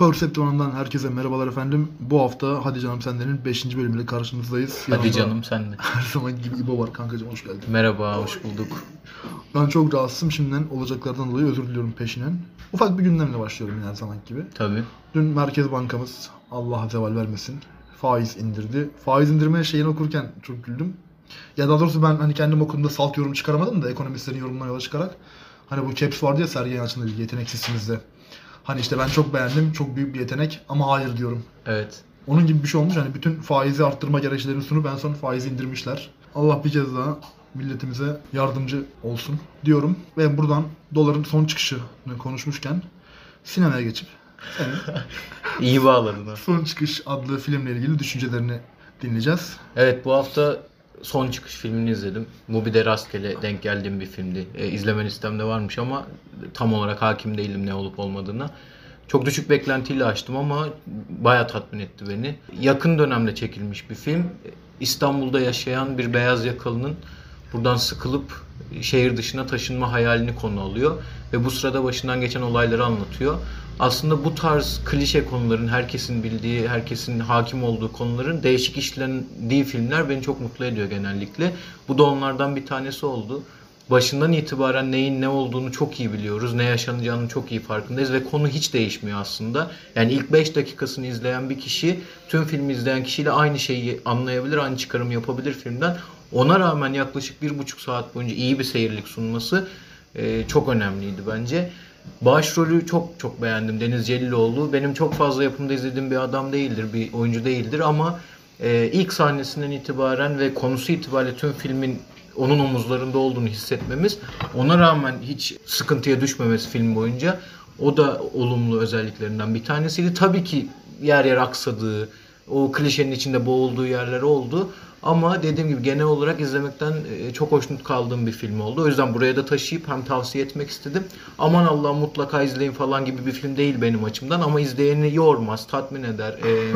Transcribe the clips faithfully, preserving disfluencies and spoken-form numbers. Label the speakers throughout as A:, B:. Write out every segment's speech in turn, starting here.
A: Perceptron'dan herkese merhabalar efendim. Bu hafta Hadi Canım Sende'nin beşinci bölümüyle karşınızdayız.
B: Hadi
A: Yanımda
B: canım sen de.
A: her zaman gibi İbo var. Kankacığım hoş geldin.
B: Merhaba, hoş bulduk.
A: Ben çok rahatsızım. Şimdiden olacaklardan dolayı özür diliyorum peşinen. Ufak bir gündemle başlıyorum yine her zaman gibi.
B: Tabii.
A: Dün Merkez Bankamız, Allah zeval vermesin, faiz indirdi. Faiz indirme şeyini okurken çok güldüm. Ya daha doğrusu ben hani kendim okulumda salt yorum çıkaramadım da ekonomistlerin yorumuna yola çıkarak. Hani bu caps vardı ya Sergen Yalçın'da bir yeteneksizsinizde. Hani işte ben çok beğendim, çok büyük bir yetenek ama hayır diyorum.
B: Evet.
A: Onun gibi bir şey olmuş. Hani bütün faizi arttırma gerekçelerini sunup en son faizi indirmişler. Allah bir kez daha milletimize yardımcı olsun diyorum. Ve buradan doların son çıkışını konuşmuşken sinemaya geçip senin
B: İyi bağladın ha.
A: Son Çıkış adlı filmle ilgili düşüncelerini dinleyeceğiz.
B: Evet, bu hafta Son Çıkış filmini izledim. Mubi'de rastgele denk geldiğim bir filmdi. E, izleme listemde varmış ama tam olarak hakim değilim ne olup olmadığına. Çok düşük beklentiyle açtım ama bayağı tatmin etti beni. Yakın dönemde çekilmiş bir film. İstanbul'da yaşayan bir beyaz yakalının buradan sıkılıp şehir dışına taşınma hayalini konu alıyor. Ve bu sırada başından geçen olayları anlatıyor. Aslında bu tarz klişe konuların, herkesin bildiği, herkesin hakim olduğu konuların değişik işlendiği filmler beni çok mutlu ediyor genellikle. Bu da onlardan bir tanesi oldu. Başından itibaren neyin ne olduğunu çok iyi biliyoruz. Ne yaşanacağını çok iyi farkındayız ve konu hiç değişmiyor aslında. Yani ilk beş dakikasını izleyen bir kişi tüm filmi izleyen kişiyle aynı şeyi anlayabilir, aynı çıkarım yapabilir filmden. Ona rağmen yaklaşık bir buçuk saat boyunca iyi bir seyirlik sunması e, çok önemliydi bence. Başrolü çok çok beğendim. Deniz Celiloğlu. Benim çok fazla yapımda izlediğim bir adam değildir, bir oyuncu değildir ama e, ilk sahnesinden itibaren ve konusu itibariyle tüm filmin onun omuzlarında olduğunu hissetmemiz, ona rağmen hiç sıkıntıya düşmemesi film boyunca, o da olumlu özelliklerinden bir tanesiydi. Tabii ki yer yer aksadığı, o klişenin içinde boğulduğu yerler oldu. Ama dediğim gibi genel olarak izlemekten çok hoşnut kaldığım bir film oldu. O yüzden buraya da taşıyıp hem tavsiye etmek istedim. Aman Allah mutlaka izleyin falan gibi bir film değil benim açımdan. Ama izleyeni yormaz, tatmin eder, e,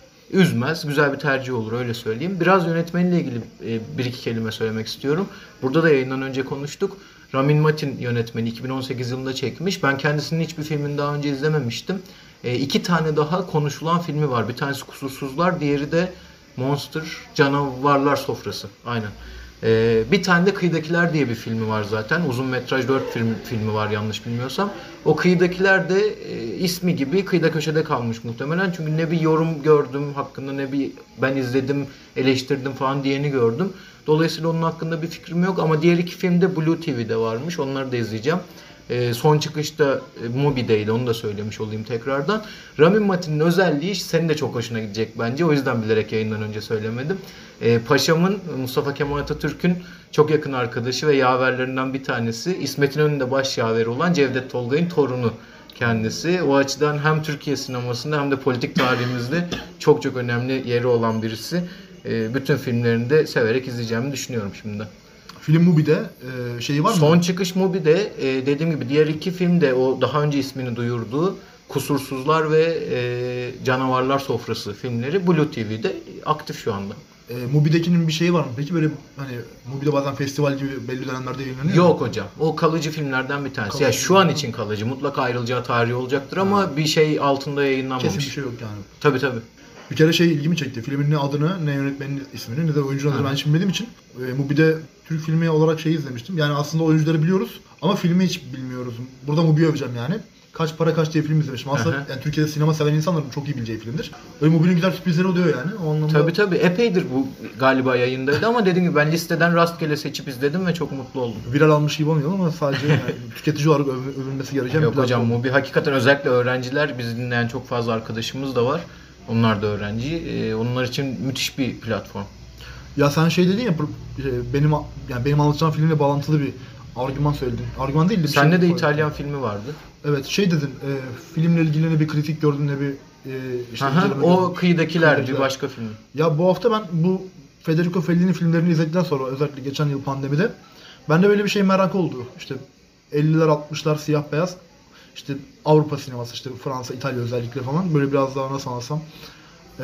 B: üzmez. Güzel bir tercih olur, öyle söyleyeyim. Biraz yönetmeniyle ilgili bir iki kelime söylemek istiyorum. Burada da yayından önce konuştuk. Ramin Matin yönetmeni, iki bin on sekiz yılında çekmiş. Ben kendisinin hiçbir filmini daha önce izlememiştim. E, iki tane daha konuşulan filmi var. Bir tanesi Kusursuzlar, diğeri de Monster, Canavarlar Sofrası. Aynen. Ee, bir tane de Kıyıdakiler diye bir filmi var zaten. Uzun metraj dört film, filmi var yanlış bilmiyorsam. O Kıyıdakiler de e, ismi gibi kıyıda köşede kalmış muhtemelen. Çünkü ne bir yorum gördüm hakkında, ne bir ben izledim, eleştirdim falan diyeni gördüm. Dolayısıyla onun hakkında bir fikrim yok ama diğer iki film de Blue T V'de varmış. Onları da izleyeceğim. E, son çıkışta e, Mubi'deydi, onu da söylemiş olayım tekrardan. Ramin Matin'in özelliği senin de çok hoşuna gidecek bence. O yüzden bilerek yayından önce söylemedim. E, Paşam'ın, Mustafa Kemal Atatürk'ün çok yakın arkadaşı ve yaverlerinden bir tanesi. İsmet İnönü'nün de baş yaveri olan Cevdet Tolgay'ın torunu kendisi. O açıdan hem Türkiye sinemasında hem de politik tarihimizde çok çok önemli yeri olan birisi. E, bütün filmlerini de severek izleyeceğimi düşünüyorum şimdi.
A: Film Mubi'de e, şeyi var mı?
B: Son Çıkış Mubi'de e, dediğim gibi diğer iki film de o daha önce ismini duyurduğu Kusursuzlar ve e, Canavarlar Sofrası filmleri Blue T V'de aktif şu anda.
A: E, Mubi'dekinin bir şeyi var mı? Peki böyle hani Mubi'de bazen festival gibi belli dönemlerde yayınlanıyor
B: Yok
A: mu?
B: hocam. O kalıcı filmlerden bir tanesi.
A: Kalıcı
B: Ya şu an
A: film.
B: için kalıcı. Mutlaka ayrılacağı tarihi olacaktır ama ha. bir şey altında yayınlanmamış.
A: Kesin bir şey yok yani.
B: Tabii tabii.
A: Bir kere şey ilgimi çekti. Filmin ne adını, ne yönetmenin ismini, ne de oyuncunun adını ben hiç bilmediğim için e, Mubi'de Türk filmi olarak şey izlemiştim. Yani aslında oyuncuları biliyoruz ama filmi hiç bilmiyoruz. Burada Mubi'yi öveceğim yani. Kaç para kaç diye film izlemiştim. Aslında yani Türkiye'de sinema seven insanların çok iyi bileceği filmdir. Öyle Mubi'nin güzel sürprizleri oluyor yani. O anlamda...
B: Tabii tabii. Epeydir bu galiba yayındaydı ama dediğim gibi ben listeden rastgele seçip izledim ve çok mutlu oldum.
A: Viral almış gibi olmuyor ama sadece yani tüketici olarak öv- övülmesi gereken
B: Yok
A: bir
B: hocam,
A: platform.
B: Mubi hakikaten özellikle öğrenciler, bizi dinleyen çok fazla arkadaşımız da var. Onlar da öğrenci. Ee, onlar için müthiş bir platform.
A: Ya sen şey dedin ya benim yani benim anlatacağım filmle bağlantılı bir argüman söyledin. Argüman değil de bir
B: Sende
A: şey
B: de
A: söyledin.
B: İtalyan filmi vardı.
A: Evet şey dedin. E, filmle ilgili ne bir kritik gördün ne bir e, işte
B: Aha,
A: inceleme
B: o
A: gördün.
B: Kıyıdakiler bir
A: Kıyıdakiler.
B: başka film.
A: Ya bu hafta ben bu Federico Fellini filmlerini izledikten sonra özellikle geçen yıl pandemide bende böyle bir şey merak oldu. İşte elliler altmışlar siyah beyaz. İşte Avrupa sineması işte Fransa, İtalya özellikle falan böyle biraz daha nasıl anlatsam e,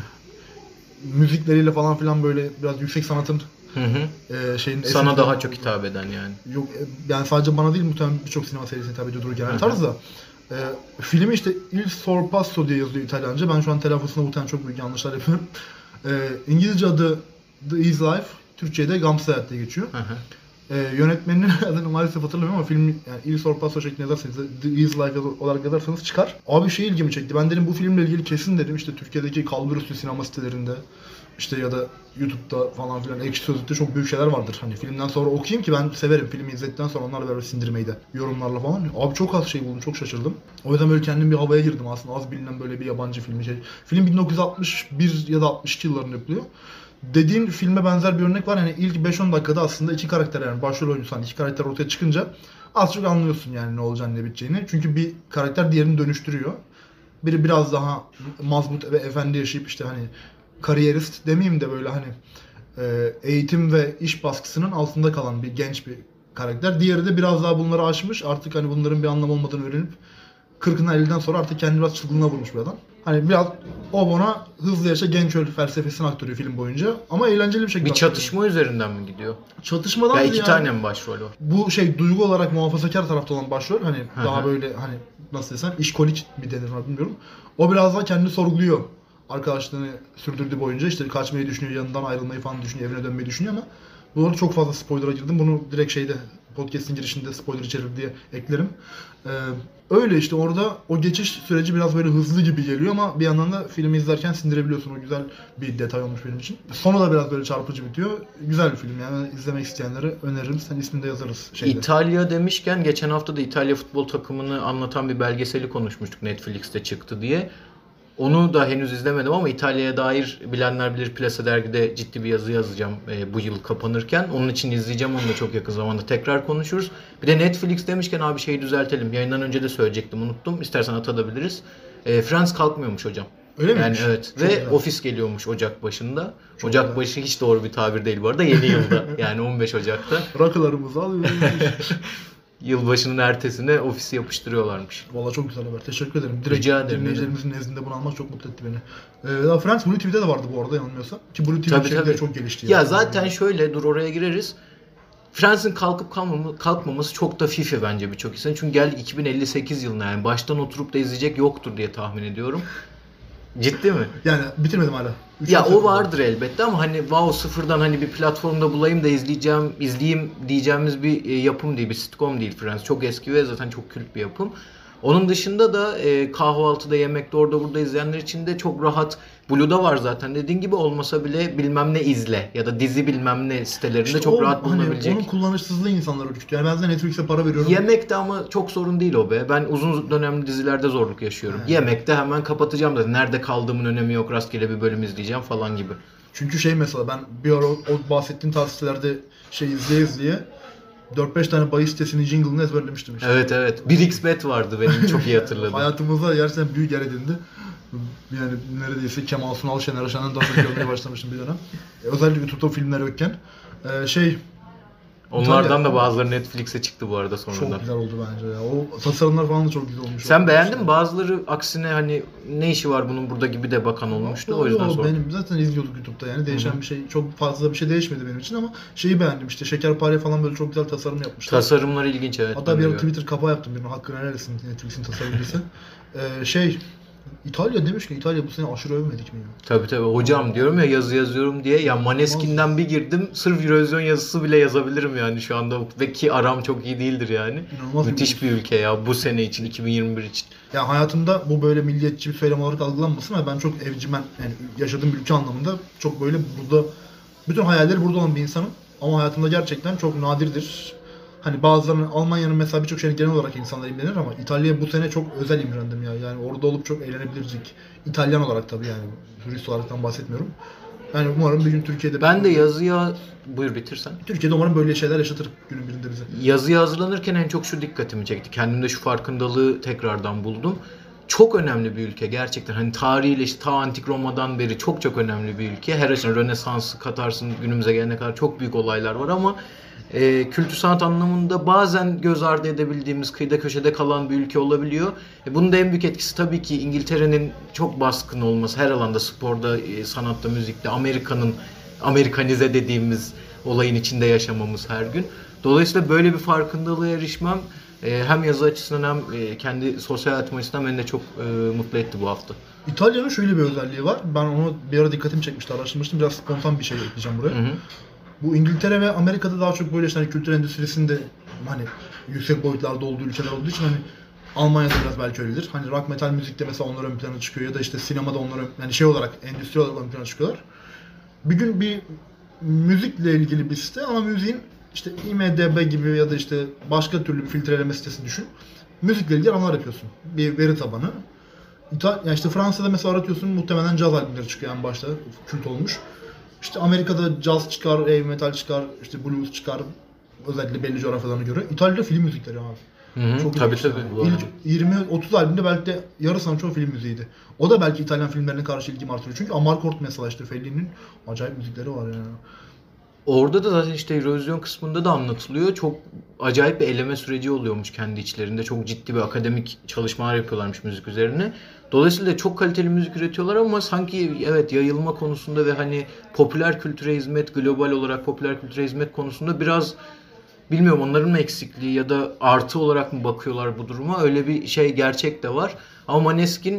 A: müzikleriyle falan filan böyle biraz yüksek sanatın
B: Hı hı.
A: e, şeyin
B: Sana
A: esintileri
B: daha çok hitap eden yani.
A: yok e, yani sadece bana değil muhtemelen birçok sinema serisine hitap ediyordur genel tarzda. E, filmi işte Il Sorpasso diye yazılıyor İtalyanca. Ben şu an telaffuzunda muhtemelen çok büyük yanlışlar yapıyorum. E, İngilizce adı The Easy Life, Türkçe'de Gamsız Hayat diye geçiyor.
B: Hı hı.
A: Ee, yönetmeninin adını maalesef hatırlamıyorum ama film yani Il Sorpasso şeklinde yazarsanız, The Easy Life olarak yazarsanız çıkar. Abi şey ilgimi çekti. Ben dedim bu filmle ilgili kesin dedim işte Türkiye'deki kalburüstü sinema sitelerinde işte ya da YouTube'da falan filan Ekşi Sözlük'te çok büyük şeyler vardır. Hani filmden sonra okuyayım ki ben severim filmi izledikten sonra onlarla beraber sindirmeyi de yorumlarla falan. Abi çok az şey buldum, çok şaşırdım. O yüzden böyle kendim bir havaya girdim aslında. Az bilinen böyle bir yabancı filmi şey. Film bin dokuz yüz altmış bir ya da altmış iki yıllarında yapılıyor. Dediğin filme benzer bir örnek var. Yani ilk beş on dakikada aslında iki karakter yani başrol oyuncusu hani iki karakter ortaya çıkınca az çok anlıyorsun yani ne olacağını ne biteceğini. Çünkü bir karakter diğerini dönüştürüyor. Biri biraz daha mazbut ve efendi yaşayıp işte hani kariyerist demeyeyim de böyle hani eğitim ve iş baskısının altında kalan bir genç bir karakter. Diğeri de biraz daha bunları aşmış. Artık hani bunların bir anlam olmadığını öğrenip kırkına elliden sonra artık kendi biraz çılgınlığa vurmuş bir adam. Hani biraz o bana hızlı yaşa genç öl felsefesini aktarıyor film boyunca. Ama eğlenceli bir şekilde.
B: Bir çatışma aktarıyor. Üzerinden mi gidiyor?
A: Çatışmadan
B: ya iki
A: yani,
B: tane mi başrol var?
A: Bu şey duygu olarak muhafazakar tarafta olan başrol. Hani
B: Hı-hı.
A: daha böyle hani nasıl desem işkolik mi denir bilmiyorum. O biraz daha kendini sorguluyor. Arkadaşlığını sürdürdüğü boyunca işte kaçmayı düşünüyor, yanından ayrılmayı falan düşünüyor, evine dönmeyi düşünüyor ama bu arada çok fazla spoiler'a girdim. Bunu direkt şeyde podcast'in girişinde spoiler içerir diye eklerim. Ee, öyle işte orada o geçiş süreci biraz böyle hızlı gibi geliyor ama bir yandan da filmi izlerken sindirebiliyorsun. O güzel bir detay olmuş benim için. Sonu da biraz böyle çarpıcı bitiyor. Güzel bir film yani izlemek isteyenlere öneririm. Sen ismini de yazarız şeyde.
B: İtalya demişken geçen hafta da İtalya futbol takımını anlatan bir belgeseli konuşmuştuk, Netflix'te çıktı diye. Onu da henüz izlemedim ama İtalya'ya dair bilenler bilir Plasa dergide ciddi bir yazı yazacağım e, bu yıl kapanırken. Onun için izleyeceğim, onu da çok yakın zamanda tekrar konuşuruz. Bir de Netflix demişken abi şeyi düzeltelim. Yayından önce de söyleyecektim, unuttum. İstersen atabiliriz. E, Friends kalkmıyormuş hocam.
A: Öyle mi?
B: Yani evet.
A: Çok
B: ve
A: güzel.
B: Ofis geliyormuş Ocak başında.
A: Çok
B: Ocak
A: güzel.
B: başı hiç doğru bir tabir değil bu arada. Yeni yılda yani on beş Ocak'ta.
A: Rakılarımızı alıyoruz.
B: Yılbaşının ertesine Ofisi yapıştırıyorlarmış.
A: Valla çok güzel haber. Teşekkür ederim. Direkt
B: Rica ederim.
A: dinleyicilerimizin nezdinde bunu almak çok mutlu etti beni. Ee, Friends Blue T V'de de vardı bu arada yanılmıyorsam. Ki Blue T V
B: Tabii,
A: içerikleri
B: tabii.
A: çok gelişti.
B: Ya
A: yani.
B: zaten şöyle, dur oraya gireriz. Friends'in kalkıp kalmamı, kalkmaması çok da fifi bence birçok insan. Çünkü geldik iki bin elli sekiz yılına, yani baştan oturup da izleyecek yoktur diye tahmin ediyorum. Ciddi mi?
A: Yani bitirmedim hala. Üç
B: Ya
A: sezon
B: o vardır elbette ama hani wow sıfırdan hani bir platformda bulayım da izleyeceğim, izleyeyim diyeceğimiz bir e, yapım değil, bir sitcom değil Friends. Çok eski ve zaten çok kült bir yapım. Onun dışında da e, kahvaltıda, yemekte, orada burada izleyenler için de çok rahat. Blue'da var zaten dediğin gibi, olmasa bile bilmem ne izle ya da dizi bilmem ne sitelerinde
A: İşte
B: çok
A: o,
B: rahat bulunabilecek.
A: Hani onun kullanışsızlığı insanlara ürkütüyor. Yani ben de Netflix'e para veriyorum.
B: Yemekte ama çok sorun değil o be. Ben uzun dönemli dizilerde zorluk yaşıyorum.
A: He.
B: Yemekte hemen kapatacağım da nerede kaldığımın önemi yok, rastgele bir bölüm izleyeceğim falan gibi.
A: Çünkü şey mesela ben bir ara o, o bahsettiğin tavsiyelerde şey izleye izleye dört beş tane bahis sitesinin jingle'ını ezberlemiştim işte.
B: Evet evet. bir x bet vardı benim çok iyi hatırladım.
A: Hayatımızda gerçekten büyük yer edindi. Yani neredeyse Kemal Sunal, Şener Şen'den daha çok görmeye başlamıştım bir dönem. E, özellikle YouTube'da filmler yokken. Ee, şey
B: Onlardan
A: İtalya-
B: da bazıları Netflix'e çıktı bu arada sonradan.
A: çok güzel oldu bence ya. O tasarımlar falan da çok güzel olmuş.
B: Sen
A: O-
B: beğendin mi? Bazıları aksine hani ne işi var bunun burada gibi de bakan olmuştu. O yüzden
A: Yo,
B: sordum.
A: benim zaten izliyorduk YouTube'da yani değişen
B: Hı hı.
A: bir şey çok fazla bir şey değişmedi benim için ama şeyi beğendim işte şekerpare falan böyle çok güzel tasarım yapmışlar.
B: Tasarımlar ilginç, evet.
A: Hatta
B: ben
A: bir
B: de
A: ara
B: gördüm.
A: Twitter kapağı yaptım birine hakkını helal etsin Netflix'in tasarımcısı. ee, şey İtalya demiş ki İtalya bu sene aşırı övmedik mi ya?
B: Tabii tabii. Hocam diyorum ya, yazı yazıyorum diye. Ya Maneskin'den bir girdim. Sırf Eurovision yazısı bile yazabilirim yani şu anda. Ve ki aram çok iyi değildir yani.
A: İnanılmaz
B: Müthiş bir ülke ya bu sene için, iki bin yirmi bir için.
A: Ya hayatımda bu böyle milliyetçi bir söylem olarak algılanmasın ama ben çok evcimen yani yaşadığım ülke anlamında çok böyle burada bütün hayalleri burada olan bir insanım ama hayatımda gerçekten çok nadirdir. Hani bazılarının Almanya'nın mesela birçok şeyini genel olarak insanlar imrenir ama İtalya'ya bu sene çok özel imrendim ya. Yani orada olup çok eğlenebilecek. İtalyan olarak tabii yani turist olaraktan bahsetmiyorum. Yani umarım bir gün Türkiye'de
B: Ben de yazıya... Buyur bitirsen.
A: Türkiye'de umarım böyle şeyler yaşatır günün birinde bize.
B: Yazıya hazırlanırken en çok şu dikkatimi çekti. Kendimde şu farkındalığı tekrardan buldum. Çok önemli bir ülke gerçekten. Hani tarihiyle işte ta Antik Roma'dan beri çok çok önemli bir ülke. Her açıdan Rönesans'ı katarsın günümüze gelene kadar çok büyük olaylar var ama e, kültür sanat anlamında bazen göz ardı edebildiğimiz, kıyıda köşede kalan bir ülke olabiliyor. E, bunun da en büyük etkisi tabii ki İngiltere'nin çok baskın olması. Her alanda, sporda, e, sanatta, müzikte, Amerika'nın Amerikanize dediğimiz olayın içinde yaşamamız her gün. Dolayısıyla böyle bir farkındalığa erişmem e, hem yazı açısından hem e, kendi sosyal hayatım açısından beni de çok e, mutlu etti bu hafta.
A: İtalya'nın şöyle bir özelliği var. Ben onu bir ara dikkatimi çekmişti, araştırmıştım. Biraz spontan bir şey ekleyeceğim buraya.
B: Hı hı.
A: Bu İngiltere ve Amerika'da daha çok böyle işte hani kültür endüstrisinde hani yüksek boyutlarda olduğu ülkeler olduğu için hani Almanya'da biraz belki öyledir. Hani rock metal müzikte mesela onlar ön plana çıkıyor ya da işte sinemada onlar ön, yani şey olarak endüstri olarak ön plana çıkıyorlar. Bir gün bir müzikle ilgili bir site ama müziğin işte IMDb gibi ya da işte başka türlü bir filtreleme sitesi düşün. Müzikle ilgili aranlar yapıyorsun. Bir veri tabanı. İtal yani işte Fransa'da mesela aratıyorsun, muhtemelen caz albümleri çıkıyor en başta, kült olmuş. İşte Amerika'da caz çıkar, heavy metal çıkar, işte blues çıkar, özellikle belli coğrafyalarına göre. İtalya'da film müzikleri abi.
B: Hı hı.
A: Çok
B: Tabii
A: ilginç
B: tabii.
A: yani.
B: Bu arada.
A: İlk yirmi otuz albümde belki de yarısından çoğu film müziğiydi. O da belki İtalyan filmlerine karşı ilgimi artırıyor. Çünkü Amarcord mesela işte Fellini'nin acayip müzikleri var yani.
B: Orada da zaten işte Eurovision kısmında da anlatılıyor. Çok acayip bir eleme süreci oluyormuş kendi içlerinde. Çok ciddi bir akademik çalışmalar yapıyorlarmış müzik üzerine. Dolayısıyla çok kaliteli müzik üretiyorlar ama sanki evet yayılma konusunda ve hani popüler kültüre hizmet, global olarak popüler kültüre hizmet konusunda biraz bilmiyorum onların mı eksikliği ya da artı olarak mı bakıyorlar bu duruma? Öyle bir şey gerçek de var. Ama Maneskin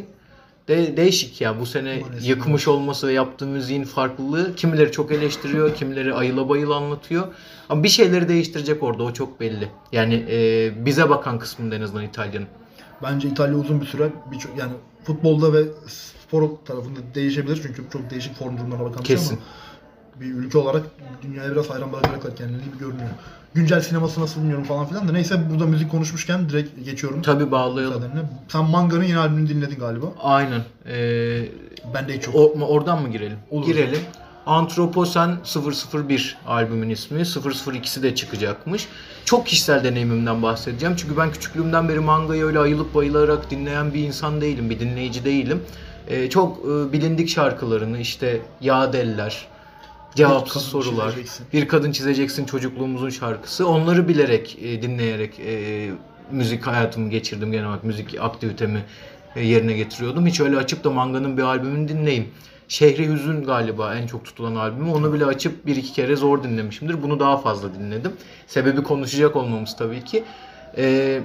B: de değişik ya bu sene
A: Maneskin
B: yıkmış olması ve yaptığı müziğin farklılığı kimileri çok eleştiriyor, kimileri ayıla bayıla anlatıyor. Ama bir şeyleri değiştirecek orada o çok belli. Yani e, bize bakan kısmında en azından İtalya'nın.
A: Bence İtalya uzun bir süre birçok yani futbolda ve spor tarafında değişebilir çünkü çok değişik form durumlarına bakan bir şey
B: Kesin.
A: ama bir ülke olarak dünyaya biraz hayran bırakacaklar kendini gibi görünüyor. Güncel sineması nasıl bilmiyorum falan filan da neyse, burada müzik konuşmuşken direkt geçiyorum.
B: Tabii bağlayalım.
A: Müsaadenle. Sen Manga'nın yeni albümünü dinledin galiba.
B: Aynen. Ee,
A: Ben de hiç yok.
B: o, oradan mı girelim?
A: Olur.
B: Girelim. Antroposen sıfır sıfır bir albümün ismi. sıfır sıfır ikisi de çıkacakmış. Çok kişisel deneyimimden bahsedeceğim. Çünkü ben küçüklüğümden beri mangayı öyle ayılıp bayılarak dinleyen bir insan değilim. Bir dinleyici değilim. Ee, çok e, bilindik şarkılarını işte Yadeller, Cevapsız
A: Bir kadın
B: Sorular,
A: çizeceksin.
B: Bir Kadın Çizeceksin çocukluğumuzun şarkısı. Onları bilerek, e, dinleyerek e, müzik hayatımı geçirdim genel olarak. Müzik aktivitemi e, yerine getiriyordum. Hiç öyle açıp da Manga'nın bir albümünü dinleyeyim. Şehri Hüzün galiba en çok tutulan albümü. Onu bile açıp bir iki kere zor dinlemişimdir. Bunu daha fazla dinledim. Sebebi konuşacak olmamız tabii ki. E,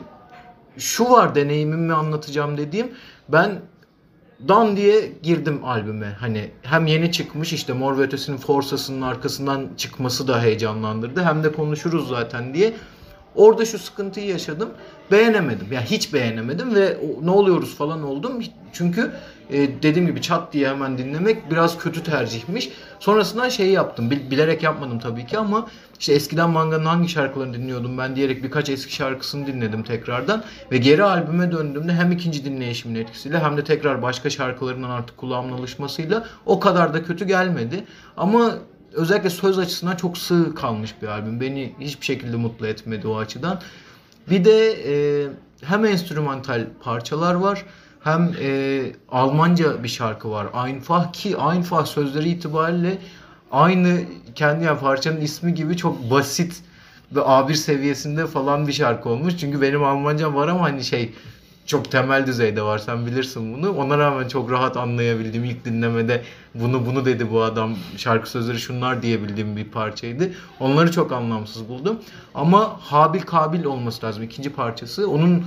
B: şu var deneyimimi anlatacağım dediğim. Ben Dan diye girdim albüme. Hani hem yeni çıkmış işte Mor ve Ötesi'nin Forsa'sının arkasından çıkması da heyecanlandırdı. Hem de konuşuruz zaten diye. Orada şu sıkıntıyı yaşadım. Beğenemedim. Yani hiç beğenemedim ve o, ne oluyoruz falan oldum. Çünkü e, dediğim gibi çat diye hemen dinlemek biraz kötü tercihmiş. Sonrasında şey yaptım. Bil, bilerek yapmadım tabii ki ama işte eskiden Manga'nın hangi şarkılarını dinliyordum ben diyerek birkaç eski şarkısını dinledim tekrardan. Ve geri albüme döndüğümde hem ikinci dinleyişimin etkisiyle hem de tekrar başka şarkılarından artık kulağımın alışmasıyla o kadar da kötü gelmedi. Ama özellikle söz açısından çok sığ kalmış bir albüm. Beni hiçbir şekilde mutlu etmedi o açıdan. Bir de e, hem enstrümantal parçalar var hem e, Almanca bir şarkı var. Einfach ki Einfach sözleri itibariyle aynı kendi yani parçanın ismi gibi çok basit ve A bir seviyesinde falan bir şarkı olmuş. Çünkü benim Almancam var ama hani şey çok temel düzeyde var, sen bilirsin bunu. Ona rağmen çok rahat anlayabildiğim, ilk dinlemede bunu bunu dedi bu adam, şarkı sözleri şunlar diyebildiğim bir parçaydı. Onları çok anlamsız buldum. Ama Habil Kabil olması lazım ikinci parçası. Onun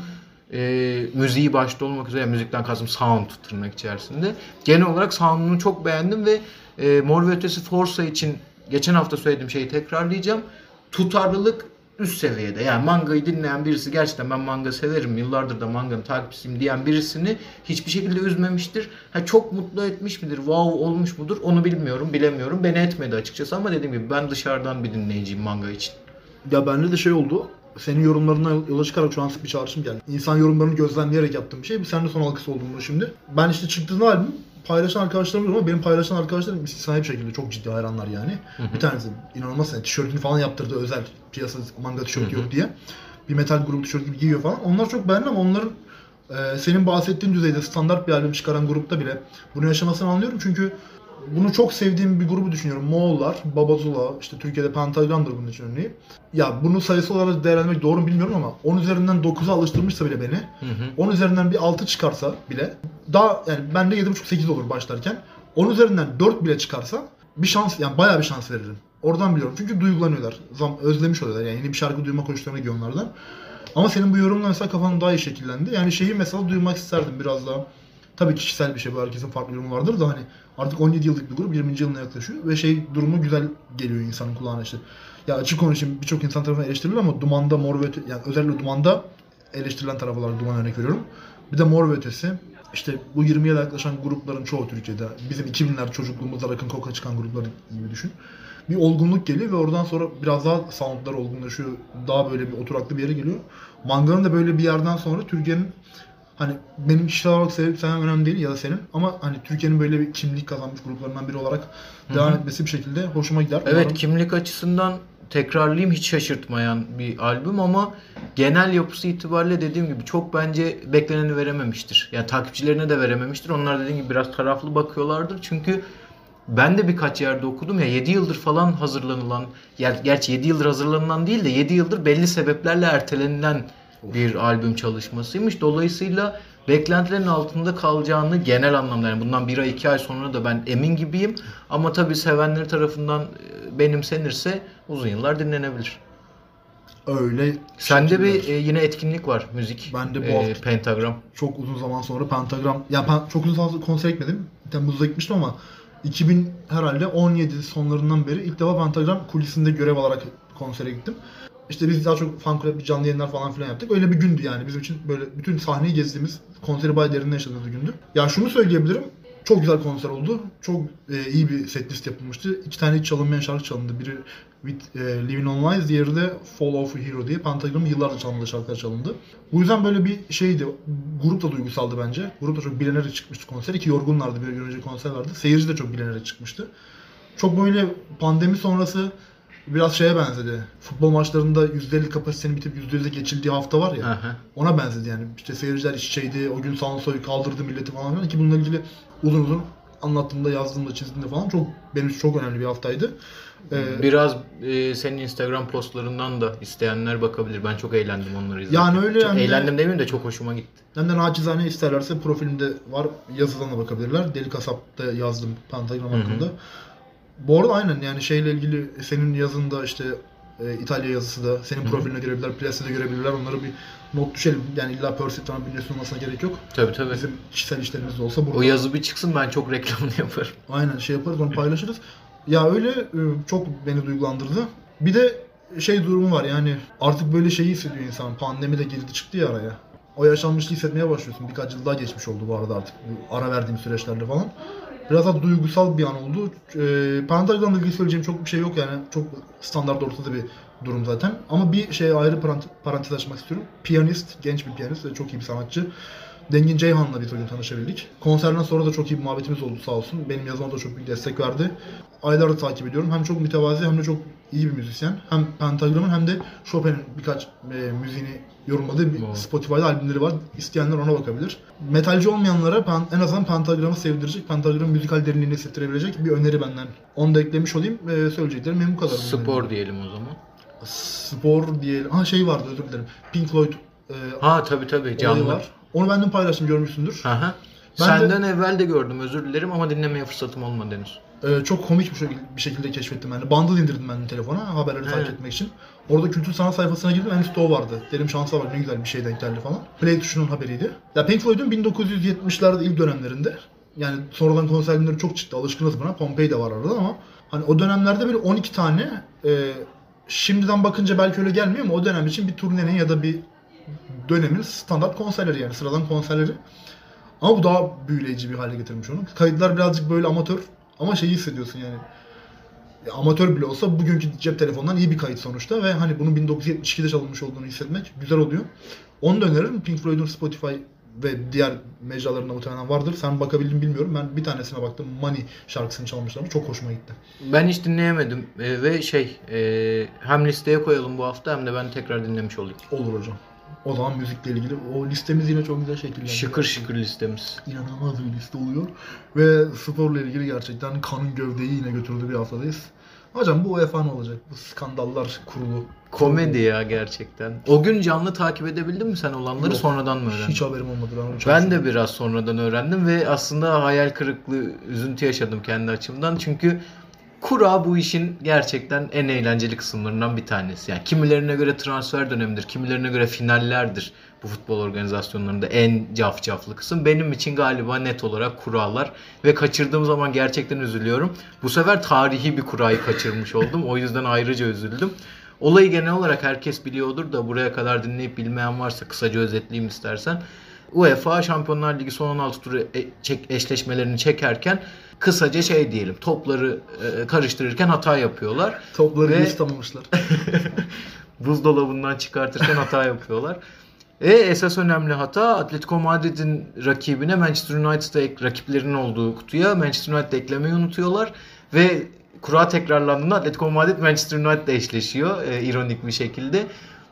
B: e, müziği başta olmak üzere, müzikten kastım sound tırnak içerisinde. Genel olarak sound'unu çok beğendim ve e, Mor ve Ötesi Forsa için geçen hafta söylediğim şeyi tekrarlayacağım. Tutarlılık üst seviyede. Yani mangayı dinleyen birisi, gerçekten ben manga severim, yıllardır da manganın takipçisiyim diyen birisini hiçbir şekilde üzmemiştir. Ha, çok mutlu etmiş midir, wow olmuş mudur onu bilmiyorum, bilemiyorum. Beni etmedi açıkçası ama dediğim gibi ben dışarıdan bir dinleyiciyim manga için.
A: Ya bende de şey oldu. Senin yorumlarına yola çıkarak şu an sık bir çağrışım geldi. İnsan yorumlarını gözlemleyerek yaptığım bir şey. Bir sende son halkası olduğunu şimdi. Ben işte çıktığında albüm paylaşan arkadaşlarım yok ama benim paylaşan arkadaşlarım istisnai bir şekilde çok ciddi hayranlar yani. Hı hı. Bir tanesi inanılmaz, yani tişörtünü falan yaptırdı, özel piyasada manga tişörtü yok diye. Bir metal grubu tişörtü gibi giyiyor falan. Onlar çok beğendim ama onların e, senin bahsettiğin düzeyde standart bir albüm çıkaran grupta bile bunu yaşamasını anlıyorum. Çünkü bunu çok sevdiğim bir grubu düşünüyorum. Moğollar, Babazula, işte Türkiye'de Pentagram'dır bunun için örneği. Ya bunu sayısı olarak değerlendirmek doğru mu bilmiyorum ama on üzerinden dokuza alıştırmışsa bile beni, hı hı. on üzerinden bir altı çıkarsa bile, daha yani bende yedi buçuk sekiz olur başlarken, on üzerinden dört bile çıkarsa bir şans, yani bayağı bir şans veririm. Oradan biliyorum çünkü duygulanıyorlar. Zam, özlemiş oluyorlar yani, yeni bir şarkı duyma koşullarına gidiyor onlardan. Ama senin bu yorumunla mesela kafam daha iyi şekillendi. Yani şeyi mesela duymak isterdim biraz daha. Tabii kişisel bir şey bu, herkesin farklı yorumu vardır da hani artık on yedi yıllık bir grup yirminci yılına yaklaşıyor ve şey durumu güzel geliyor insanın kulağına işte. Ya açık konuşayım, birçok insan tarafından eleştirilir ama Duman'da, Mor ve Ötesi, yani özellikle Duman'da eleştirilen taraf olarak Duman örnek veriyorum. Bir de Mor ve Ötesi. İşte bu yirmi yıla yaklaşan grupların çoğu Türkiye'de. Bizim iki binler çocukluğumuzda Rock'n Coke'a çıkan gruplar gibi düşün. Bir olgunluk geliyor ve oradan sonra biraz daha soundlar olgunlaşıyor. Daha böyle bir oturaklı bir yere geliyor. Manganın da böyle bir yerden sonra Türkiye'nin hani benim kişisel olarak sevip sevmem önemli değil ya da senin ama hani Türkiye'nin böyle bir kimlik kazanmış gruplarından biri olarak devam
B: Hı hı.
A: etmesi bir şekilde hoşuma gider.
B: Evet,
A: Umarım...
B: kimlik açısından tekrarlayayım, hiç şaşırtmayan bir albüm ama genel yapısı itibariyle dediğim gibi çok bence bekleneni verememiştir. Yani takipçilerine de verememiştir. Onlar dediğim gibi biraz taraflı bakıyorlardır. Çünkü ben de birkaç yerde okudum ya, yedi yıldır falan hazırlanılan, ger- gerçi yedi yıldır hazırlanılan değil de yedi yıldır belli sebeplerle ertelenilen bir albüm çalışmasıymış. Dolayısıyla beklentilerin altında kalacağını genel anlamda, yani bundan bir ay iki ay sonra da ben emin gibiyim. Ama tabii sevenleri tarafından e, benimsenirse uzun yıllar dinlenebilir.
A: Öyle.
B: Sende bir
A: şekiller.
B: e, yine etkinlik var, müzik.
A: Ben de bu
B: E,
A: hafta
B: Pentagram.
A: çok uzun zaman sonra Pentagram, ya ben çok uzun zaman konser gitmedim. Temmuz'da gitmiştim ama iki bin herhalde on yedi sonlarından beri ilk defa Pentagram kulisinde görev alarak konsere gittim. İşte biz daha çok fan club, canlı yayınlar falan filan yaptık. Öyle bir gündü yani bizim için, böyle bütün sahneyi gezdiğimiz, konseri bayağı derinden yaşadığımız bir gündü. Ya şunu söyleyebilirim, çok güzel konser oldu. Çok e, iyi bir setlist yapılmıştı. İki tane hiç çalınmayan şarkı çalındı. Biri With, e, Living On Lies, diğeri de Fall of a Hero diye Pentagram'ın yıllarca çalındığı şarkılar çalındı. Bu yüzden böyle bir şeydi. Grup da duygusaldı bence. Grup da çok bilenerek çıkmıştı konser. İki yorgunlardı, bir gün önce konser vardı. Seyirci de çok bilenerek çıkmıştı. Çok böyle pandemi sonrası biraz şeye benzedi. Futbol maçlarında yüzde elli kapasitenin bitip yüzde yüze geçildiği hafta var ya.
B: Aha.
A: Ona benzedi yani. İşte seyirciler iç içeydi. O gün Sansoy kaldırdı milleti falan filan ki bununla ilgili uzun uzun anlattığımda, yazdığımda, çizdiğimde falan çok benim için çok önemli bir haftaydı. Ee,
B: Biraz e, senin Instagram postlarından da isteyenler bakabilir. Ben çok eğlendim onları izlerken.
A: Yani öyle
B: çok
A: hem de-
B: eğlendim demeyeyim de çok hoşuma gitti.
A: Hem de naçizane isterlerse profilimde var. Yazıdan da bakabilirler. Deli Kasap'ta yazdım Pentagram
B: Hı hı.
A: hakkında. Bu arada aynen yani şeyle ilgili senin yazında işte e, İtalya yazısı da senin
B: Hı hı.
A: profiline görebilirler, Plas'te de görebilirler. Onları bir not düşelim. Yani illa Percy falan bünyesinin olmasına gerek yok.
B: Tabii tabii.
A: Bizim kişisel işlerimiz de olsa burada
B: O yazı bir çıksın, ben çok reklamını yaparım.
A: aynen şey yaparız, onu paylaşırız. Ya öyle e, çok beni duygulandırdı. Bir de şey durumu var yani artık böyle şeyi hissediyor insan. Pandemi de girdi çıktı ya araya. O yaşanmışlığı hissetmeye başlıyorsun. Birkaç yıl daha geçmiş oldu bu arada artık. Bu ara verdiğim süreçlerde falan. Biraz daha duygusal bir an oldu. E, Pentagram'la ilgili söyleyeceğim çok bir şey yok yani. Çok standart ortada bir durum zaten. Ama bir şey ayrı parant- parantez açmak istiyorum. Piyanist, genç bir piyanist ve çok iyi bir sanatçı. Dengin Ceyhan'la biz o gün tanışabildik. Konserden sonra da çok iyi bir muhabbetimiz oldu sağ olsun. Benim yazıma da çok büyük destek verdi. Aylardır takip ediyorum. Hem çok mütevazi hem de çok iyi bir müzisyen. Hem Pentagram'ın hem de Chopin'in birkaç e, müziğini yorumladığı bir
B: Wow.
A: Spotify'da albümleri var. İsteyenler ona bakabilir. Metalci olmayanlara pen- en azından Pentagram'ı sevdirecek, Pentagram'ın müzikal derinliğini hissettirebilecek bir öneri benden. Onu da eklemiş olayım. E, söyleyeceklerim benim bu kadar.
B: Spor diyelim o zaman.
A: Spor diyelim. Ha şey vardı, özür dilerim. Pink Floyd e,
B: Ha tabii tabii,
A: olayı
B: canlı.
A: var. Onu ben de paylaştım, görmüşsündür.
B: Aha.
A: Ben
B: Senden evvel de gördüm, özür dilerim ama dinlemeye fırsatım olmadı henüz.
A: Ee, çok komik bir şekilde, bir şekilde keşfettim ben de. Bundle indirdim ben de telefona haberleri takip
B: Evet.
A: etmek için. Orada kültür sanat sayfasına girdim, en üstte o vardı. Dedim şansa bak, ne güzel bir şey denk geldi falan. Play tuşunun haberiydi. Ya Pink Floyd'un bin dokuz yüz yetmişlerde ilk dönemlerinde, yani sonradan konserleri çok çıktı, alışkınız buna. Pompei de var arada ama hani o dönemlerde böyle on iki tane e, şimdiden bakınca belki öyle gelmiyor ama o dönem için bir turnenin ya da bir dönemin standart konserleri, yani sıradan konserleri. Ama bu daha büyüleyici bir hale getirmiş onu. Kayıtlar birazcık böyle amatör ama şeyi hissediyorsun yani. Ya amatör bile olsa bugünkü cep telefonundan iyi bir kayıt sonuçta ve hani bunun bin dokuz yüz yetmiş ikide çalınmış olduğunu hissetmek güzel oluyor. Onu da öneririm. Pink Floyd'un Spotify ve diğer mecralarında muhtemelen vardır. Sen bakabildin bilmiyorum. Ben bir tanesine baktım. Money şarkısını çalmışlar. Çok hoşuma gitti.
B: Ben hiç dinleyemedim E, ve şey e, hem listeye koyalım bu hafta hem de ben tekrar dinlemiş olayım.
A: Olur hocam. O zaman müzikle ilgili o listemiz yine çok güzel şekillendi.
B: Şıkır şıkır listemiz.
A: İnanılmaz bir liste oluyor. Ve sporla ilgili gerçekten kanın gövdeyi yine götürdüğü bir haftadayız. Hocam bu UEFA ne olacak? Bu skandallar kurulu.
B: Komedi ya gerçekten. O gün canlı takip edebildin mi sen olanları,
A: Yok,
B: sonradan mı öğrendin?
A: Hiç haberim olmadı. Ben, onu
B: Ben
A: çalışıyorum.
B: de biraz sonradan öğrendim ve aslında hayal kırıklığı, üzüntü yaşadım kendi açımdan. Çünkü Kura bu işin gerçekten en eğlenceli kısımlarından bir tanesi. Yani kimilerine göre transfer dönemidir, kimilerine göre finallerdir bu futbol organizasyonlarında en cafcaflı kısım. Benim için galiba net olarak kuralar ve kaçırdığım zaman gerçekten üzülüyorum. Bu sefer tarihi bir kurayı kaçırmış oldum. O yüzden ayrıca üzüldüm. Olayı genel olarak herkes biliyordur da buraya kadar dinleyip bilmeyen varsa kısaca özetleyeyim istersen. UEFA Şampiyonlar Ligi son on altı turu eşleşmelerini çekerken kısaca şey diyelim, topları e, karıştırırken hata yapıyorlar.
A: Topları
B: Ve...
A: ıslamamışlar.
B: buzdolabından çıkartırken hata yapıyorlar. E esas önemli hata Atletico Madrid'in rakibine Manchester United'da rakiplerinin olduğu kutuya Manchester United'da eklemeyi unutuyorlar ve kura tekrarlandığında Atletico Madrid Manchester United'da eşleşiyor e, ironik bir şekilde.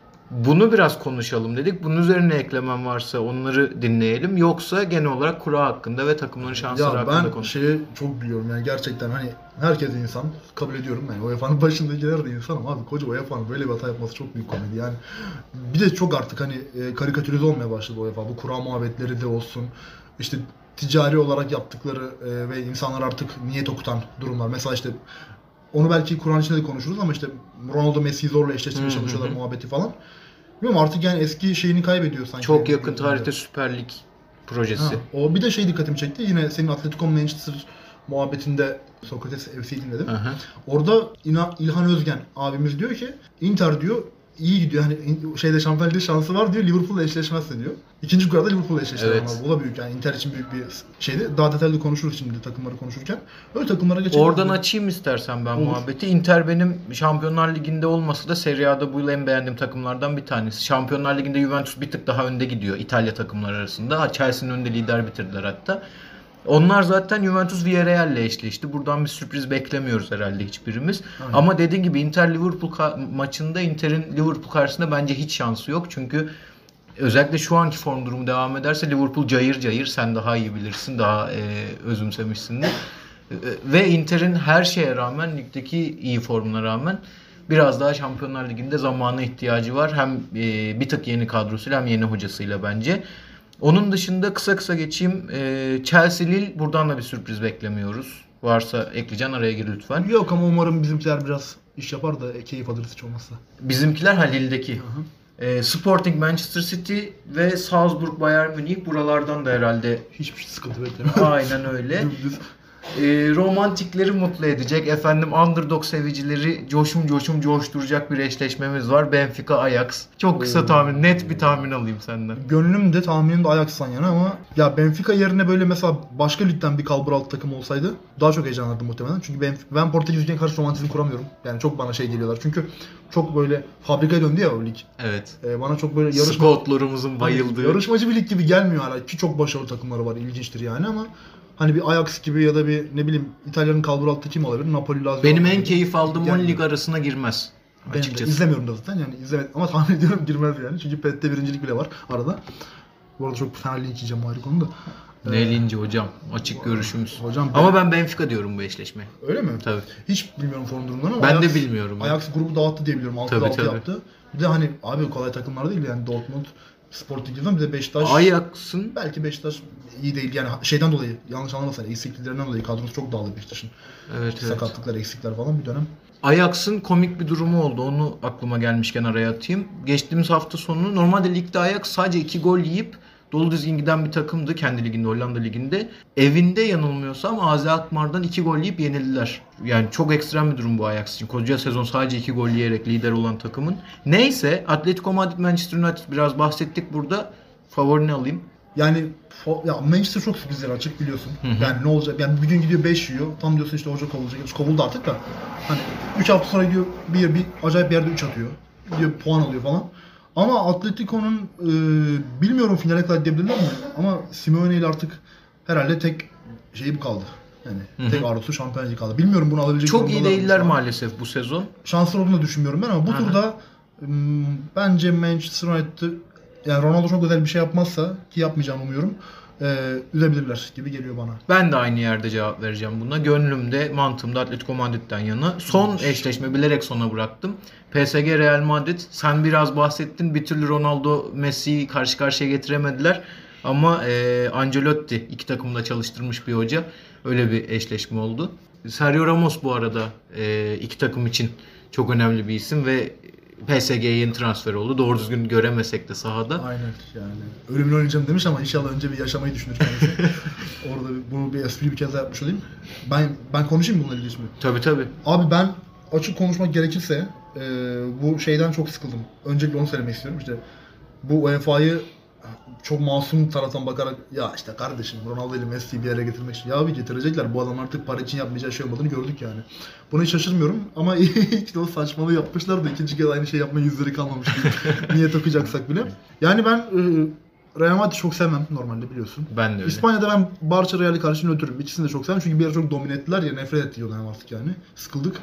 B: Bunu biraz konuşalım dedik. Bunun üzerine eklemem varsa onları dinleyelim. Yoksa genel olarak kura hakkında ve takımların şansları
A: ya
B: hakkında
A: ben
B: konuşalım.
A: şeyi çok biliyorum yani gerçekten hani herkes insan kabul ediyorum yani U E F A'nın başındakiler de insan ama abi koca U E F A'nın böyle bir hata yapması çok büyük komedi yani. Bir de çok artık hani e, karikatürize olmaya başladı U E F A. Bu kura muhabbetleri de olsun. İşte ticari olarak yaptıkları e, ve insanlar artık niyet okutan durumlar. Mesela işte onu belki Kur'an içinde de konuşuruz ama işte Ronaldo Messi'yi zorla eşleştirmeye
B: Hı hı
A: çalışıyorlar
B: hı.
A: muhabbeti falan. Bilmiyorum artık yani eski şeyini kaybediyor sanki.
B: Çok yakın tarihte Süper Lig projesi.
A: Ha, o bir de şey dikkatimi çekti. Yine senin Atletico Manchester muhabbetinde Sokrates F C'yi dinledim.
B: Hı hı.
A: Orada İna, İlhan Özgen abimiz diyor ki Inter diyor iyi gidiyor. Hani şeyde Şampiyonlar Ligi şansı var diyor. Liverpool'la eşleşmezse diyor. İkinci kurada Liverpool'la eşleştiler.
B: Evet.
A: Bu da büyük yani Inter için büyük bir şeydi. Daha detaylı konuşuruz şimdi takımları konuşurken. Öyle takımlara geçelim.
B: Oradan açayım istersen ben
A: Olur.
B: muhabbeti. Inter benim Şampiyonlar Ligi'nde olmasa da Serie A'da bu yıl en beğendiğim takımlardan bir tanesi. Şampiyonlar Ligi'nde Juventus bir tık daha önde gidiyor İtalya takımları arasında. Chelsea'nin önünde lider bitirdiler hatta. Onlar zaten Juventus Villarreal'le eşleşti. Buradan bir sürpriz beklemiyoruz herhalde hiçbirimiz.
A: Aynen. Ama
B: Ama dediğim gibi Inter Liverpool ka- maçında Inter'in Liverpool karşısında bence hiç şansı yok. Çünkü özellikle şu anki form durumu devam ederse Liverpool cayır cayır, sen daha iyi bilirsin, daha e, özümsemişsindir. E, ve Inter'in her şeye rağmen, ligdeki iyi formuna rağmen biraz daha Şampiyonlar Ligi'nde zamana ihtiyacı var. Hem e, bir tık yeni kadrosuyla hem yeni hocasıyla bence. Onun dışında kısa kısa geçeyim. E, Chelsea Lille, buradan da bir sürpriz beklemiyoruz. Varsa ekleyeceksin, araya gir lütfen.
A: yok ama umarım bizimkiler biraz iş yapar da keyif alırız hiç olmazsa.
B: Bizimkiler Halil'deki. E, Sporting Manchester City ve Salzburg Bayern Münih, buralardan da herhalde
A: Hiçbir sıkıntı beklemiyorum.
B: aynen öyle.
A: Dümdüz.
B: E, romantikleri mutlu edecek, efendim underdog sevicileri coşum coşum coşturacak bir eşleşmemiz var. Benfica Ajax. Çok kısa
A: Oo.
B: tahmin, net bir tahmin alayım senden.
A: Gönlüm de tahminim de Ajax'tan yana ama ya Benfica yerine böyle mesela başka ligden bir kalbur alt takım olsaydı daha çok heyecanlanırdım muhtemelen. Çünkü ben, ben Portekiz Ligi'ne karşı romantizm kuramıyorum. Yani çok bana şey geliyorlar. Çünkü çok böyle fabrikaya döndü ya o lig.
B: Evet.
A: Ee, bana çok böyle yarışma,
B: Scoutlarımızın bayıldığı.
A: yarışmacı bir lig gibi gelmiyor hala ki çok başarılı takımları var. İlginçtir yani ama hani bir Ajax gibi ya da bir ne bileyim İtalya'nın kalbur altı kim olabilir? Napoli, Lazio.
B: Benim en
A: olabilir.
B: keyif aldığım on
A: Gelmiyor.
B: lig arasına girmez.
A: Ben de
B: Açıkçası.
A: izlemiyorum da zaten yani izlemedim ama tahmin ediyorum girmez yani. Çünkü P E T'te birincilik bile var arada. Bu arada çok fena linç yiyeceğim ayrı konuda.
B: Ne linci hocam? Açık görüşümüz.
A: Hocam ben-
B: Ama ben Benfica diyorum bu eşleşme.
A: Öyle mi?
B: Tabii.
A: Hiç bilmiyorum form durumlarını ama
B: Ben
A: Ajax,
B: de bilmiyorum.
A: Ajax grubu dağıttı diye biliyorum. altıda
B: Tabii,
A: altı
B: tabii.
A: yaptı. Bir de hani abi kolay takımlar değil yani Dortmund, Sporting Lisbon bir de Beşiktaş.
B: Ajax'ın
A: Belki Beşiktaş iyi değil yani şeyden dolayı yanlış anlamasın eksikliklerinden dolayı kadrosu çok dağıldı Beşiktaş'ın.
B: evet, evet.
A: Sakatlıklar, eksikler falan bir dönem.
B: Ajax'ın komik bir durumu oldu. Onu aklıma gelmişken araya atayım. Geçtiğimiz hafta sonu normalde ligde Ajax sadece iki gol yiyip dolu dizgin giden bir takımdı kendi liginde, Hollanda liginde. Evinde yanılmıyorsam A Z Alkmaar'dan iki gol yiyip yenildiler. Yani çok ekstrem bir durum bu Ajax için. Koca sezon sadece iki gol yiyerek lider olan takımın. Neyse, Atletico Madrid Manchester United biraz bahsettik burada. Favorini alayım.
A: Yani fo- ya Manchester çok sürprizler açık biliyorsun.
B: Hı hı.
A: Yani ne olacak? Yani bir gün gidiyor beş yiyor. Tam diyorsun işte hoca kovulacak. Hiç kovuldu artık da. Hani üç hafta sonra gidiyor bir, bir acayip bir yerde üç atıyor. Gidiyor puan alıyor falan. Ama Atletico'nun e, bilmiyorum finale kadar gidebilirler mi? Ama Simeone ile artık herhalde tek şeyi bu kaldı. Yani
B: Hı hı.
A: tek arzusu Şampiyonlar Ligi kaldı. Bilmiyorum bunu alabilecek
B: Çok iyi
A: durumdalar mı
B: değiller
A: şu an?
B: maalesef bu sezon.
A: Şanslı olduğunu da düşünmüyorum ben ama bu
B: Hı hı.
A: turda m, bence Manchester United yani Ronaldo çok özel bir şey yapmazsa ki yapmayacağını umuyorum. E, üzebilirler gibi geliyor bana.
B: Ben de aynı yerde cevap vereceğim buna. Gönlümde, mantığımda Atletico Madrid'den yana. Son eşleşme bilerek sona bıraktım. P S G Real Madrid. Sen biraz bahsettin. Bir türlü Ronaldo Messi'yi karşı karşıya getiremediler. Ama e, Ancelotti iki takımda çalıştırmış bir hoca. Öyle bir eşleşme oldu. Sergio Ramos bu arada e, iki takım için çok önemli bir isim ve P S G'ye yeni transfer oldu. Doğru düzgün göremesek de sahada.
A: Aynen yani. Ölümünü oynayacağım demiş ama inşallah önce bir yaşamayı düşünür kendisi. Orada bir- bunu bir espri bir kez daha yapmış olayım. Ben ben konuşayım mı bununla ilgili şimdi?
B: Tabii tabii.
A: Abi ben açık konuşmak gerekirse e, bu şeyden çok sıkıldım. Öncelikle onu söylemek istiyorum. İşte bu U E F A'yı çok masum taraftan bakarak ya işte kardeşim Ronaldo ile Messi'yi bir yere getirmek için ya abi getirecekler. Bu adam artık para için yapmayacağı şey olmadığını gördük yani. Buna hiç şaşırmıyorum ama ilk de o saçmalığı yapmışlar da ikinci kez aynı şey yapma yüzleri kalmamış gibi. Niyet okuyacaksak bile. Yani ben e, Real Madrid'i çok sevmem normalde biliyorsun.
B: Ben de öyle.
A: İspanya'da ben Barça Real'i karşı nötrüm. İkisini de çok sevmem çünkü bir ara çok domine ettiler ya nefret ettiğiyorlar artık yani. Sıkıldık.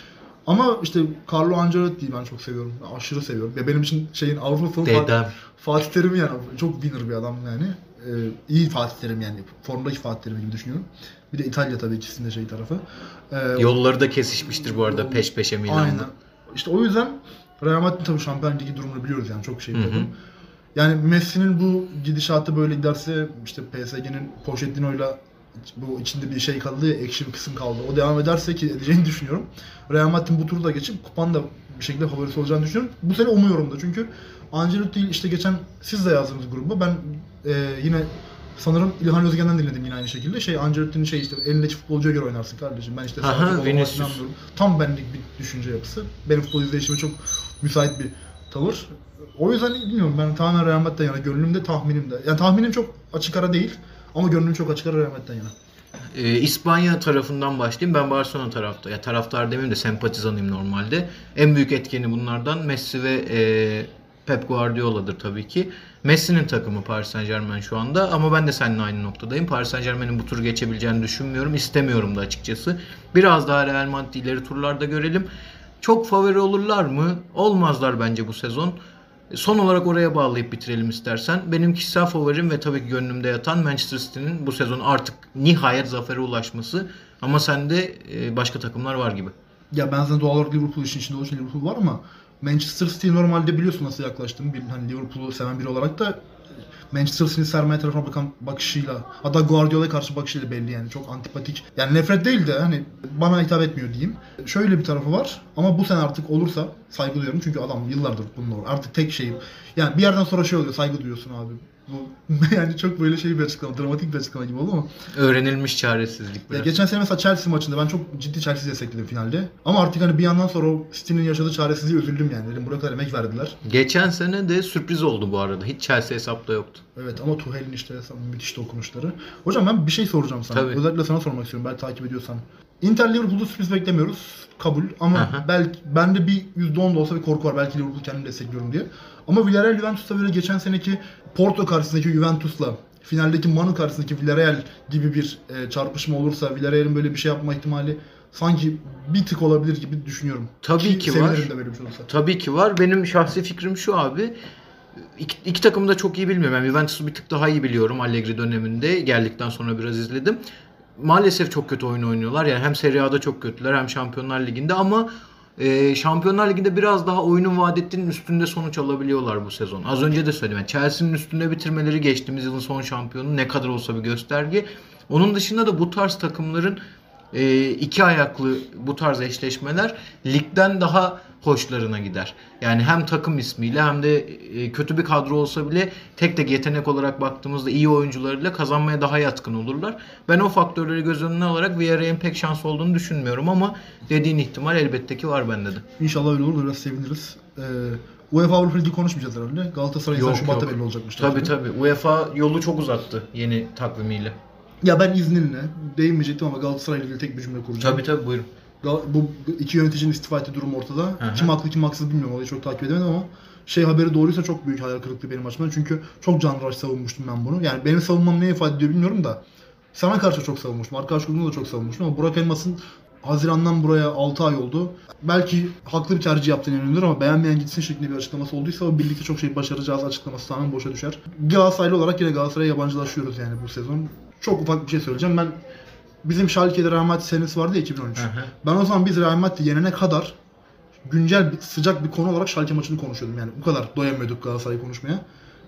A: Ama işte Carlo Ancelotti'yi ben çok seviyorum. Aşırı seviyorum. Ya benim için şeyin Avrupa futbolu
B: Dedem.
A: Fatih Terim yani çok winner bir adam yani. Ee, iyi Fatih Terim yani. Formdaki Fatih Terim gibi düşünüyorum. Bir de İtalya tabii ikisinin de şey tarafı. Ee,
B: Yolları da kesişmiştir bu arada peş peşe Milan'da.
A: Aynen. İşte o yüzden Real Madrid tabii Şampiyon Ligi durumunu biliyoruz yani çok şey bir
B: Hı hı.
A: takım. Yani Messi'nin bu gidişatı böyle giderse işte P S G'nin Pochettino'yla bu içinde bir şey kaldı ya, ekşi bir kısım kaldı. O devam ederse ki edeceğini düşünüyorum. Real Madrid'in bu turu da geçip kupanın da bir şekilde favorisi olacağını düşünüyorum. Bu sene umuyorum da çünkü Ancelotti işte geçen siz de yazdığınız gruba ben e, yine sanırım İlhan Özgen'den dinledim yine aynı şekilde. Şey Ancelotti'nin şey işte elindeki futbolcuya göre oynarsın kardeşim. Ben işte
B: Aha,
A: sadece futbola
B: Vinicius.
A: inanmıyorum. Tam benlik bir düşünce yapısı. Benim futbol izleyişime çok müsait bir tavır. O yüzden bilmiyorum ben tamamen Real Madrid'den yana. Gönlümde tahminimde. Yani tahminim çok açık ara değil ama gönlüm çok açık ara Real Madrid'den yana.
B: Ee, İspanya tarafından başlayayım. Ben Barcelona tarafta. Ya taraftar demeyeyim de sempatizanıyım normalde. En büyük etkeni bunlardan Messi ve e, Pep Guardiola'dır tabii ki. Messi'nin takımı Paris Saint-Germain şu anda ama ben de seninle aynı noktadayım. Paris Saint-Germain'in bu turu geçebileceğini düşünmüyorum. İstemiyorum da açıkçası. Biraz daha Real Madrid ileri turlarda görelim. Çok favori olurlar mı? Olmazlar bence bu sezon. Son olarak oraya bağlayıp bitirelim istersen. Benim kişisel favorim ve tabii ki gönlümde yatan Manchester City'nin bu sezon artık nihayet zafere ulaşması. Ama sende e, başka takımlar var gibi.
A: Ya ben zaten doğal olarak Liverpool işin içinde olduğu için Liverpool var ama Manchester City normalde biliyorsun nasıl yaklaştığımı. Bir, hani Liverpool'u seven biri olarak da Manchester City'nin sermaye tarafına bakan bakışıyla hatta Guardiola'ya karşı bakışıyla belli yani çok antipatik. Yani nefret değil de hani bana hitap etmiyor diyeyim. Şöyle bir tarafı var ama bu sene artık olursa saygı duyuyorum çünkü adam yıllardır bununla var. Artık tek şeyim. Yani bir yerden sonra şey oluyor saygı duyuyorsun abi. Bu yani çok böyle şey bir açıklama, dramatik bir açıklama gibi oldu ama.
B: Öğrenilmiş çaresizlik
A: Ya
B: biraz.
A: geçen sene mesela Chelsea maçında ben çok ciddi Chelsea'yi destekledim finalde. Ama artık hani bir yandan sonra o City'nin yaşadığı çaresizliğe üzüldüm yani. Dedim buraya kadar emek verdiler.
B: Geçen sene de sürpriz oldu bu arada. Hiç Chelsea hesapta yoktu.
A: Evet ama Tuchel'in işte müthiş dokunuşları. Hocam ben bir şey soracağım sana.
B: Tabii.
A: Özellikle sana sormak istiyorum belki takip ediyorsan. Inter Liverpool'da sürpriz beklemiyoruz. Kabul ama
B: Aha.
A: belki bende bir yüzde on da olsa bir korku var. Belki Liverpool kendimi destekliyorum diye. Ama Villarreal Juventus'ta böyle geçen seneki Porto karşısındaki Juventus'la finaldeki Manu karşısındaki Villarreal gibi bir e, çarpışma olursa Villarreal'in böyle bir şey yapma ihtimali sanki bir tık olabilir gibi düşünüyorum.
B: Tabii ki var.
A: Sevinirim de böyle bir şey olursa.
B: Tabii ki var. Benim şahsi fikrim şu abi. İki, iki takımı da çok iyi bilmiyorum. Ben Juventus'u bir tık daha iyi biliyorum Allegri döneminde. Geldikten sonra biraz izledim. Maalesef çok kötü oyun oynuyorlar. Yani hem Serie A'da çok kötüler hem Şampiyonlar Ligi'nde ama e, Şampiyonlar Ligi'nde biraz daha oyunun vaat ettiğinin üstünde sonuç alabiliyorlar bu sezon. Az önce de söyledim. Yani Chelsea'nin üstünde bitirmeleri geçtiğimiz yılın son şampiyonu ne kadar olsa bir gösterge. Onun dışında da bu tarz takımların e, iki ayaklı bu tarz eşleşmeler ligden daha hoşlarına gider. Yani hem takım ismiyle hem de e, kötü bir kadro olsa bile tek tek yetenek olarak baktığımızda iyi oyuncularıyla kazanmaya daha yatkın olurlar. Ben o faktörleri göz önüne alarak Villarreal'in pek şans olduğunu düşünmüyorum ama dediğin ihtimal elbette ki var bende de.
A: İnşallah öyle olur. Biraz seviniriz. Ee, UEFA Avrupa Ligi konuşmayacağız herhalde. Galatasaray ise
B: Yok,
A: Şubat'ta
B: yok.
A: belli olacakmış.
B: Tabii tabii. UEFA yolu çok uzattı yeni takvimiyle.
A: Ya ben izninle değinmeyecektim ama Galatasaray'la ilgili tek bir cümle kuracağım.
B: Tabii tabii buyurun.
A: Gal- Bu iki yöneticinin istifa ettiği durum ortada.
B: hı.
A: Kim haklı kim haksız bilmiyorum. Olayı çok takip edemedim ama şey haberi doğruysa çok büyük hayal kırıklığı benim açımdan. Çünkü çok canhıraş savunmuştum ben bunu. Yani benim savunmam ne ifade ediyor bilmiyorum da sana karşı çok savunmuştum. Arkadaş grubunda da çok savunmuştum ama Burak Elmas'ın Haziran'dan buraya altı ay oldu. Belki haklı bir tercih yaptığını inanılır ama beğenmeyen gitsin şeklinde bir açıklaması olduysa o birlikte çok şey başaracağız açıklaması tamamen boşa düşer. Galatasaraylı olarak yine Galatasaray'a yabancılaşıyoruz yani bu sezon. Çok ufak bir şey söyleyeceğim. Ben bizim Schalke'de Real Madrid senesi vardı ya iki bin on üç.
B: Hı hı.
A: Ben o zaman biz Real Madrid'i yenene kadar güncel bir, sıcak bir konu olarak Schalke maçını konuşuyordum yani. Bu kadar doyamıyorduk Galatasaray'ı konuşmaya.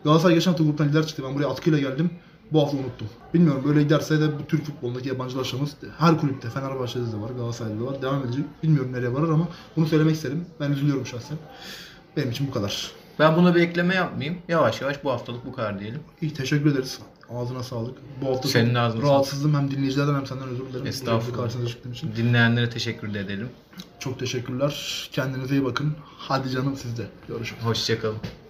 A: Galatasaray geçen hafta gruptan lider çıktı. Ben buraya atkıyla geldim. Bu hafta unuttum. Bilmiyorum böyle giderse de bu Türk futbolundaki yabancılaşmamız her kulüpte, Fenerbahçe'de de var, Galatasaray'da da var. Devam edecek. Bilmiyorum nereye varır ama bunu söylemek isterim. Ben üzülüyorum şahsen. Benim için bu kadar.
B: Ben buna bir ekleme yapmayayım. Yavaş yavaş bu haftalık bu kadar diyelim.
A: İyi, teşekkür ederiz. Ağzına sağlık. Bu hafta
B: Senin
A: çok
B: ağzına
A: rahatsızdım. Hem dinleyicilerden hem senden özür dilerim.
B: Estağfurullah.
A: Karşınıza çıktığım için.
B: Dinleyenlere teşekkür de edelim.
A: Çok teşekkürler. Kendinize iyi bakın. Hadi canım sizde. Görüşürüz.
B: Hoşçakalın.